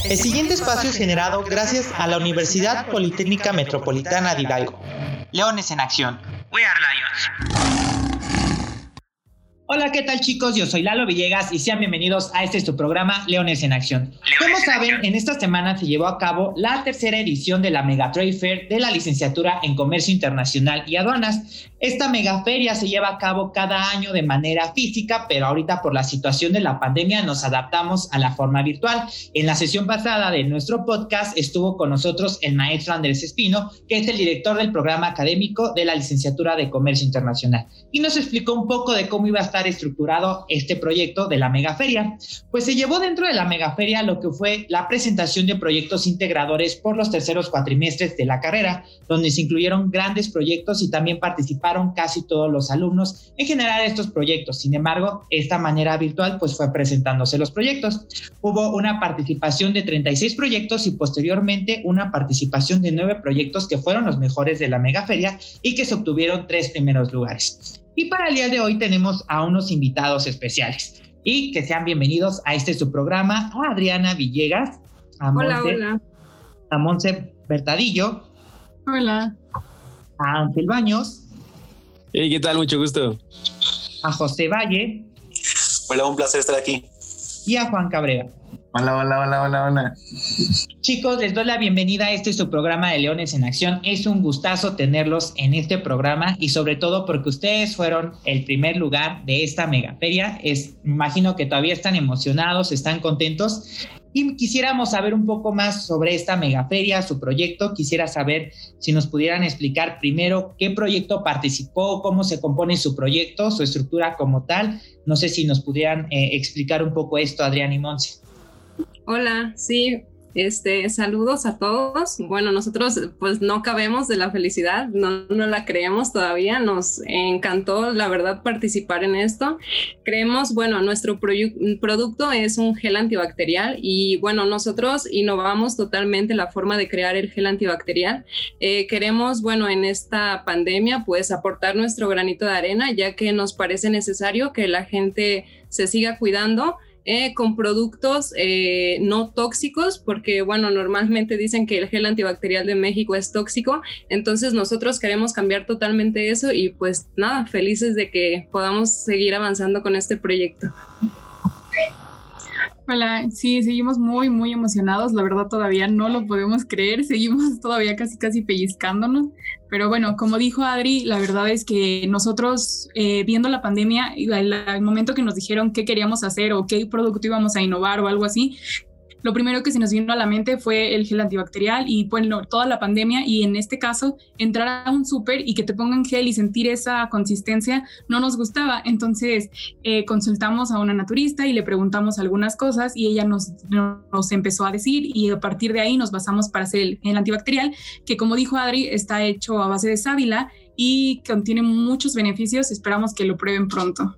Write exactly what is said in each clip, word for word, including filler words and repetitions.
El siguiente espacio es generado gracias a la Universidad Politécnica Metropolitana de Hidalgo. Leones en acción. We are Lions. Hola, ¿qué tal, chicos? Yo soy Lalo Villegas y sean bienvenidos a este su programa Leones en Acción. Leones Como saben, en, en esta semana se llevó a cabo la tercera edición de la Mega Trade Fair de la Licenciatura en Comercio Internacional y Aduanas. Esta megaferia se lleva a cabo cada año de manera física, pero ahorita por la situación de la pandemia nos adaptamos a la forma virtual. En la sesión pasada de nuestro podcast estuvo con nosotros el maestro Andrés Espino, que es el director del programa académico de la Licenciatura de Comercio Internacional, y nos explicó un poco de cómo iba a estar estructurado este proyecto de la megaferia. Pues se llevó dentro de la megaferia lo que fue la presentación de proyectos integradores por los terceros cuatrimestres de la carrera, donde se incluyeron grandes proyectos y también participaron casi todos los alumnos en generar estos proyectos. Sin embargo, esta manera virtual pues fue presentándose los proyectos. Hubo una participación de treinta y seis proyectos y posteriormente una participación de nueve proyectos que fueron los mejores de la megaferia y que se obtuvieron tres primeros lugares. Y para el día de hoy tenemos a unos invitados especiales y que sean bienvenidos a este su programa, a Adriana Villegas, a hola, Monse, hola. a Monse Bertadillo, hola, a Ángel Baños, hey, ¿qué tal? Mucho gusto. a José Valle, hola, un placer estar aquí, y a Juan Cabrera. Hola, hola, hola, hola, hola. Chicos, les doy la bienvenida a este su programa de Leones en Acción. Es un gustazo tenerlos en este programa y sobre todo porque ustedes fueron el primer lugar de esta megaferia. Es, me imagino que todavía están emocionados, están contentos y quisiéramos saber un poco más sobre esta megaferia, su proyecto. Quisiera saber si nos pudieran explicar primero qué proyecto participó, cómo se compone su proyecto, su estructura como tal. No sé si nos pudieran eh, explicar un poco esto, Adrián y Monse. Hola, sí, este, saludos a todos. Bueno, nosotros pues no cabemos de la felicidad, no, no la creemos todavía, nos encantó la verdad participar en esto. Creemos, bueno, nuestro proyu- producto es un gel antibacterial y bueno, nosotros innovamos totalmente la forma de crear el gel antibacterial. Eh, queremos, bueno, en esta pandemia pues aportar nuestro granito de arena, ya que nos parece necesario que la gente se siga cuidando Eh, con productos eh, no tóxicos, porque bueno, normalmente dicen que el gel antibacterial de México es tóxico, entonces nosotros queremos cambiar totalmente eso y pues nada, felices de que podamos seguir avanzando con este proyecto. Hola, sí, seguimos muy, muy emocionados, la verdad todavía no lo podemos creer, seguimos todavía casi, casi pellizcándonos, pero bueno, como dijo Adri, la verdad es que nosotros eh, viendo la pandemia, al momento que nos dijeron qué queríamos hacer o qué producto íbamos a innovar o algo así, lo primero que se nos vino a la mente fue el gel antibacterial y bueno, toda la pandemia y en este caso entrar a un súper y que te pongan gel y sentir esa consistencia no nos gustaba, entonces eh, consultamos a una naturista y le preguntamos algunas cosas y ella nos, nos empezó a decir y a partir de ahí nos basamos para hacer el gel antibacterial que como dijo Adri está hecho a base de sábila y contiene muchos beneficios, esperamos que lo prueben pronto.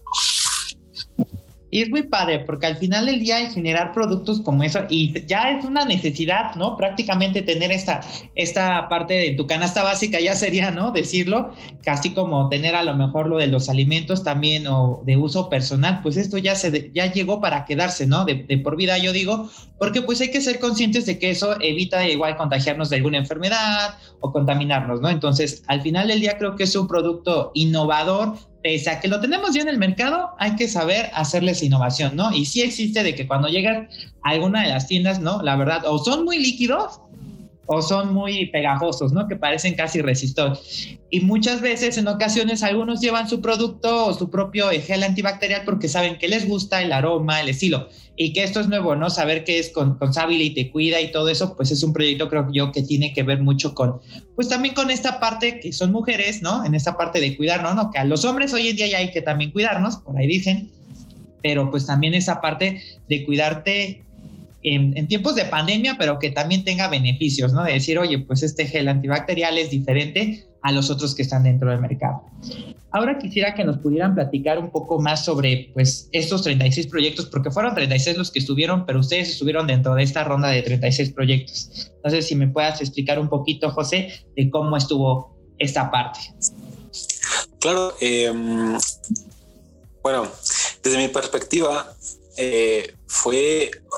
Y es muy padre porque al final del día el generar productos como eso y ya es una necesidad, ¿no? Prácticamente tener esta, esta parte de tu canasta básica ya sería, ¿no? Decirlo, casi como tener a lo mejor lo de los alimentos también o de uso personal, pues esto ya se de, ya llegó para quedarse, ¿no? De, de por vida yo digo, porque pues hay que ser conscientes de que eso evita igual contagiarnos de alguna enfermedad o contaminarnos, ¿no? Entonces al final del día creo que es un producto innovador. Pese a que lo tenemos ya en el mercado, hay que saber hacerles innovación, ¿no? Y sí existe de que cuando llegas a alguna de las tiendas, ¿no? La verdad, o son muy líquidos o son muy pegajosos, ¿no? Que parecen casi resistentes. Y muchas veces, en ocasiones, algunos llevan su producto o su propio gel antibacterial porque saben que les gusta el aroma, el estilo. Y que esto es nuevo, ¿no? Saber que es con, con sábila y te cuida y todo eso, pues es un proyecto, creo yo, que tiene que ver mucho con, pues también con esta parte que son mujeres, ¿no? En esta parte de cuidarnos, ¿no? Que a los hombres hoy en día ya hay que también cuidarnos, por ahí dicen, pero pues también esa parte de cuidarte En, en tiempos de pandemia, pero que también tenga beneficios, ¿no? De decir, oye, pues este gel antibacterial es diferente a los otros que están dentro del mercado. Ahora quisiera que nos pudieran platicar un poco más sobre, pues, estos treinta y seis proyectos, porque fueron treinta y seis los que estuvieron, pero ustedes estuvieron dentro de esta ronda de treinta y seis proyectos. Entonces, si me puedas explicar un poquito, José, de cómo estuvo esta parte. Claro, eh, bueno, desde mi perspectiva, eh, fue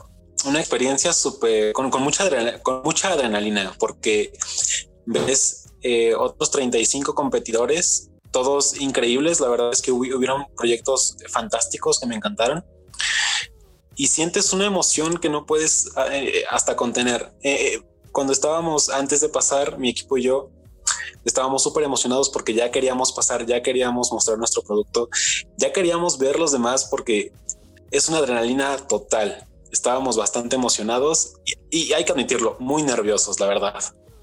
una experiencia súper, con, con, mucha adrenalina, con mucha adrenalina, porque ves eh, otros treinta y cinco competidores, todos increíbles. La verdad es que hubo, hubieron proyectos fantásticos que me encantaron. Y sientes una emoción que no puedes eh, hasta contener. Eh, cuando estábamos antes de pasar, mi equipo y yo estábamos súper emocionados porque ya queríamos pasar, ya queríamos mostrar nuestro producto, ya queríamos ver los demás porque es una adrenalina total. Estábamos bastante emocionados y, y hay que admitirlo, muy nerviosos, la verdad.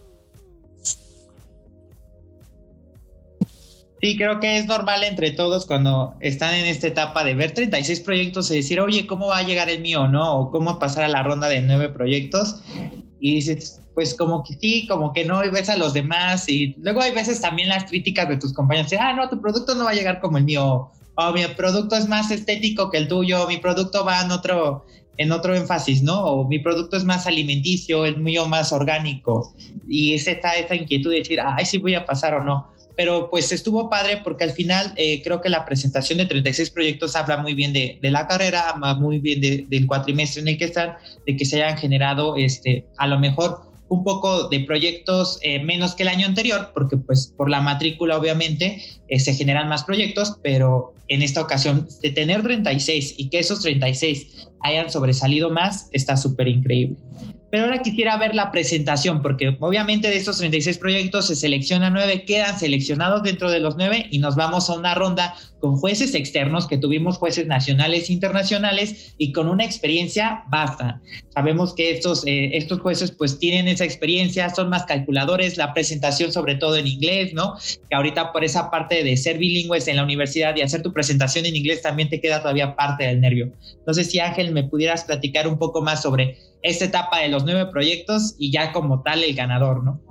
Sí, creo que es normal entre todos cuando están en esta etapa de ver treinta y seis proyectos y decir, oye, ¿cómo va a llegar el mío, no? O cómo pasar a la ronda de nueve proyectos. Y dices, pues como que sí, como que no, y ves a los demás. Y luego hay veces también las críticas de tus compañeros. Ah, no, tu producto no va a llegar como el mío. O mi producto es más estético que el tuyo. Mi producto va en otro, en otro énfasis, ¿no? O mi producto es más alimenticio, el mío más orgánico. Y es esta, esta inquietud de decir, ay, sí voy a pasar o no. Pero pues estuvo padre porque al final eh, creo que la presentación de treinta y seis proyectos habla muy bien de, de la carrera, muy bien de, del cuatrimestre en el que están, de que se hayan generado este, a lo mejor un poco de proyectos eh, menos que el año anterior, porque pues por la matrícula obviamente eh, se generan más proyectos, pero en esta ocasión de tener treinta y seis y que esos treinta y seis hayan sobresalido más, está súper increíble. Pero ahora quisiera ver la presentación, porque obviamente de estos treinta y seis proyectos se seleccionan nueve, quedan seleccionados dentro de los nueve y nos vamos a una ronda con jueces externos, que tuvimos jueces nacionales e internacionales y con una experiencia vasta. Sabemos que estos, eh, estos jueces pues tienen esa experiencia, son más calculadores, la presentación sobre todo en inglés, ¿no? Que ahorita por esa parte de ser bilingües en la universidad y hacer tu presentación en inglés también te queda todavía parte del nervio. Entonces, si Ángel, me pudieras platicar un poco más sobre esta etapa de los nueve proyectos y ya como tal el ganador, ¿no?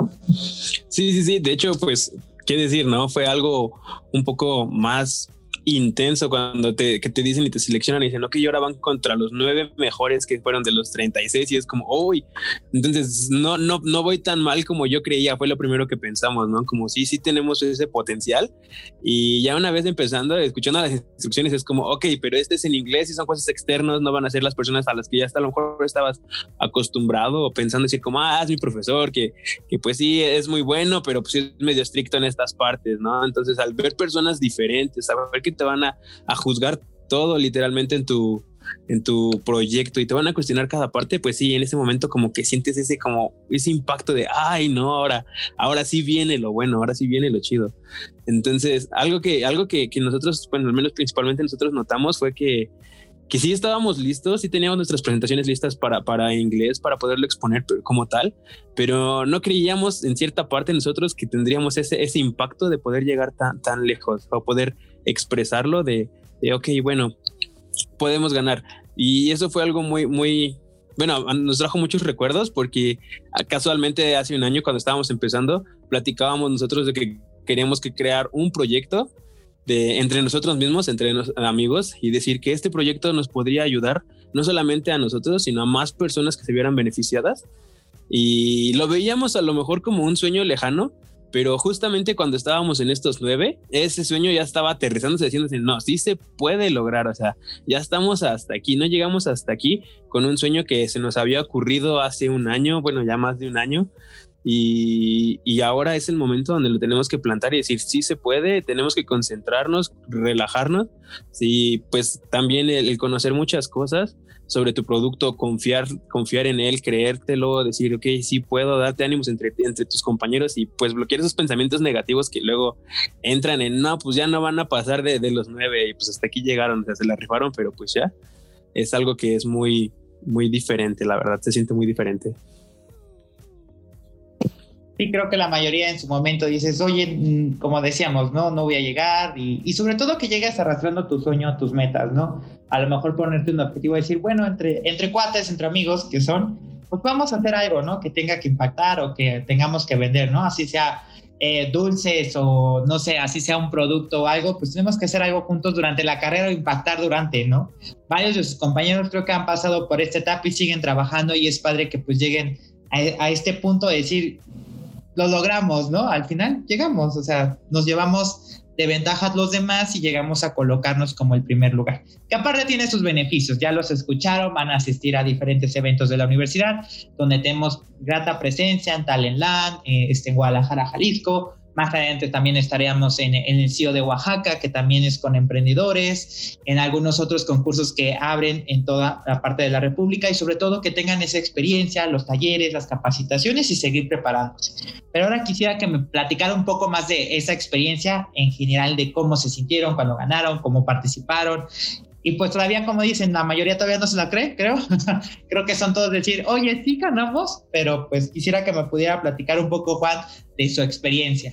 Sí, sí, sí. De hecho, pues, qué decir, ¿no? Fue algo un poco más intenso cuando te, que te dicen y te seleccionan y dicen, ok, y ahora van contra los nueve mejores que fueron de los treinta y seis y es como, uy, entonces no, no, no voy tan mal como yo creía, fue lo primero que pensamos, ¿no? Como sí, sí tenemos ese potencial y ya una vez empezando, escuchando las instrucciones es como, ok, pero este es en inglés y son cosas externas, no van a ser las personas a las que ya hasta a lo mejor estabas acostumbrado o pensando decir como, ah, es mi profesor, que, que pues sí, es muy bueno, pero pues es medio estricto en estas partes, ¿no? Entonces al ver personas diferentes, a ver que te van a, a juzgar todo literalmente en tu, en tu proyecto y te van a cuestionar cada parte, pues sí, en ese momento como que sientes ese como ese impacto de, ay no, ahora, ahora sí viene lo bueno, ahora sí viene lo chido. Entonces algo que, algo que, que nosotros, bueno, al menos principalmente nosotros notamos fue que que sí estábamos listos, sí teníamos nuestras presentaciones listas para, para inglés, para poderlo exponer como tal, pero no creíamos en cierta parte nosotros que tendríamos ese, ese impacto de poder llegar tan, tan lejos o poder expresarlo de, de, ok, bueno, podemos ganar. Y eso fue algo muy, muy, bueno, nos trajo muchos recuerdos porque casualmente hace un año cuando estábamos empezando, platicábamos nosotros de que queríamos que crear un proyecto de entre nosotros mismos, entre nos, amigos, y decir que este proyecto nos podría ayudar no solamente a nosotros, sino a más personas que se vieran beneficiadas. Y lo veíamos a lo mejor como un sueño lejano, pero justamente cuando estábamos en estos nueve, ese sueño ya estaba aterrizándose, diciéndose, no, sí se puede lograr, o sea, ya estamos hasta aquí, no llegamos hasta aquí con un sueño que se nos había ocurrido hace un año, bueno, ya más de un año, Y, y ahora es el momento donde lo tenemos que plantar y decir sí se puede, tenemos que concentrarnos, relajarnos, sí, pues también el, el conocer muchas cosas sobre tu producto, confiar, confiar en él, creértelo, decir ok, sí puedo, darte ánimos entre, entre tus compañeros y pues bloquear esos pensamientos negativos que luego entran en no, pues ya no van a pasar de, de los nueve y pues hasta aquí llegaron, o sea, se la rifaron, pero pues ya es algo que es muy, muy diferente, la verdad, se siente muy diferente. Sí, creo que la mayoría en su momento dices, oye, como decíamos, no, no voy a llegar y, y sobre todo que llegues arrastrando tu sueño, tus metas, ¿no? A lo mejor ponerte un objetivo y decir, bueno, entre, entre cuates, entre amigos que son, pues vamos a hacer algo, ¿no? Que tenga que impactar o que tengamos que vender, ¿no? Así sea eh, dulces o no sé, así sea un producto o algo, pues tenemos que hacer algo juntos durante la carrera o impactar durante, ¿no? Varios de sus compañeros creo que han pasado por esta etapa y siguen trabajando y es padre que pues lleguen a, a este punto de decir, lo logramos, ¿no? Al final llegamos, o sea, nos llevamos de ventaja a los demás y llegamos a colocarnos como el primer lugar. Que aparte tiene sus beneficios, ya los escucharon, van a asistir a diferentes eventos de la universidad, donde tenemos grata presencia en Talentland, eh, este, en Guadalajara, Jalisco. Más adelante también estaríamos en, en el C I O de Oaxaca, que también es con emprendedores, en algunos otros concursos que abren en toda la parte de la República y sobre todo que tengan esa experiencia, los talleres, las capacitaciones y seguir preparándose. Pero ahora quisiera que me platicara un poco más de esa experiencia en general, de cómo se sintieron cuando ganaron, cómo participaron. Y pues todavía, como dicen, la mayoría todavía no se la cree, creo. Creo que son todos decir, oye, sí ganamos, pero pues quisiera que me pudiera platicar un poco, Juan, de su experiencia.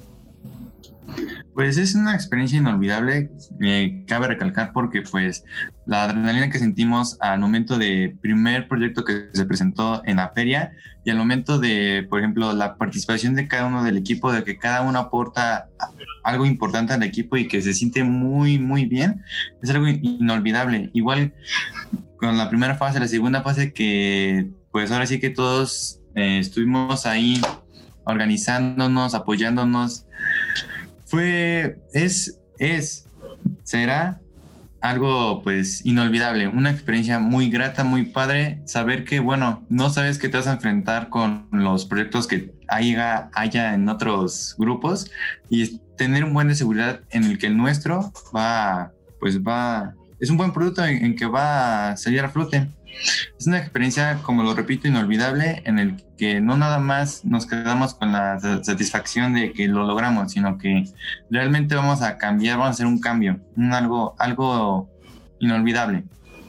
Pues es una experiencia inolvidable, eh, cabe recalcar porque pues la adrenalina que sentimos al momento de primer proyecto que se presentó en la feria y al momento de, por ejemplo, la participación de cada uno del equipo, de que cada uno aporta algo importante al equipo y que se siente muy, muy bien, es algo inolvidable. Igual con la primera fase, la segunda fase que pues ahora sí que todos eh, estuvimos ahí organizándonos, apoyándonos. Fue, es, es, será algo pues inolvidable, una experiencia muy grata, muy padre, saber que bueno, no sabes que te vas a enfrentar con los proyectos que haya, haya en otros grupos y tener un buen de seguridad en el que el nuestro va, pues va, es un buen producto en, en que va a salir a flote. Es una experiencia, como lo repito, inolvidable, en el que no nada más nos quedamos con la satisfacción de que lo logramos, sino que realmente vamos a cambiar, vamos a hacer un cambio, un algo, algo inolvidable.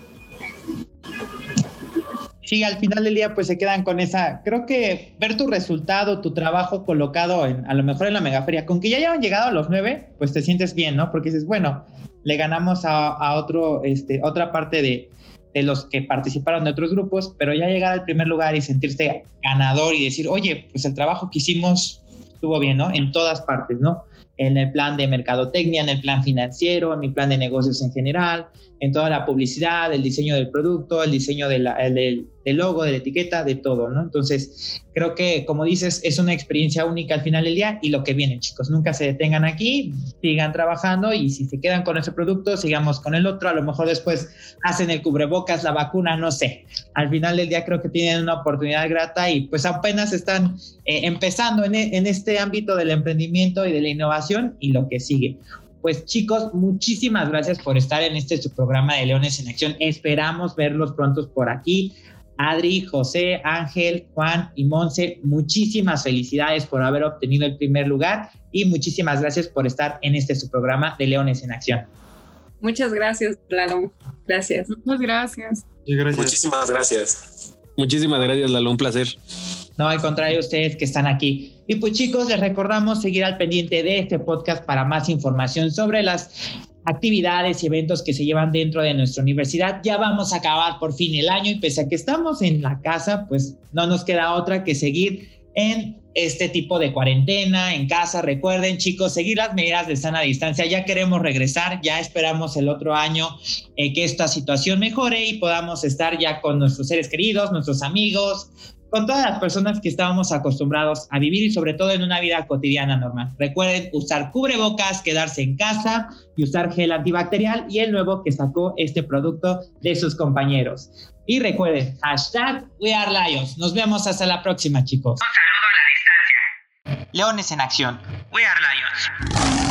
Sí, al final del día pues se quedan con esa, creo que ver tu resultado, tu trabajo colocado en, a lo mejor en la megaferia, con que ya hayan llegado a los nueve, pues te sientes bien, ¿no? Porque dices, bueno, le ganamos a, a otro, este, otra parte de de los que participaron de otros grupos, pero ya llegar al primer lugar y sentirse ganador y decir, oye, pues el trabajo que hicimos estuvo bien, ¿no? En todas partes, ¿no? En el plan de mercadotecnia, en el plan financiero, en mi plan de negocios en general, en toda la publicidad, el diseño del producto, el diseño de la, el, del, del logo, de la etiqueta, de todo, ¿no? Entonces, creo que, como dices, es una experiencia única al final del día y lo que viene, chicos, nunca se detengan aquí, sigan trabajando y si se quedan con ese producto, sigamos con el otro, a lo mejor después hacen el cubrebocas, la vacuna, no sé. Al final del día creo que tienen una oportunidad grata y pues apenas están eh, empezando en, en este ámbito del emprendimiento y de la innovación y lo que sigue. Pues chicos, muchísimas gracias por estar en este su programa de Leones en Acción. Esperamos verlos pronto por aquí. Adri, José, Ángel, Juan y Monse, muchísimas felicidades por haber obtenido el primer lugar y muchísimas gracias por estar en este su programa de Leones en Acción. Muchas gracias, Lalo. Gracias. Muchas gracias. gracias. Muchísimas gracias. Muchísimas gracias, Lalo. Un placer. No, al contrario, ustedes que están aquí. Y pues chicos, les recordamos seguir al pendiente de este podcast para más información sobre las actividades y eventos que se llevan dentro de nuestra universidad. Ya vamos a acabar por fin el año y pese a que estamos en la casa, pues no nos queda otra que seguir en este tipo de cuarentena, en casa. Recuerden, chicos, seguir las medidas de sana distancia. Ya queremos regresar, ya esperamos el otro año eh, que esta situación mejore y podamos estar ya con nuestros seres queridos, nuestros amigos, con todas las personas que estábamos acostumbrados a vivir y sobre todo en una vida cotidiana normal. Recuerden usar cubrebocas, quedarse en casa y usar gel antibacterial y el nuevo que sacó este producto de sus compañeros. Y recuerden, hashtag We Are Lions. Nos vemos hasta la próxima, chicos. Un saludo a la distancia. Leones en Acción. We Are Lions.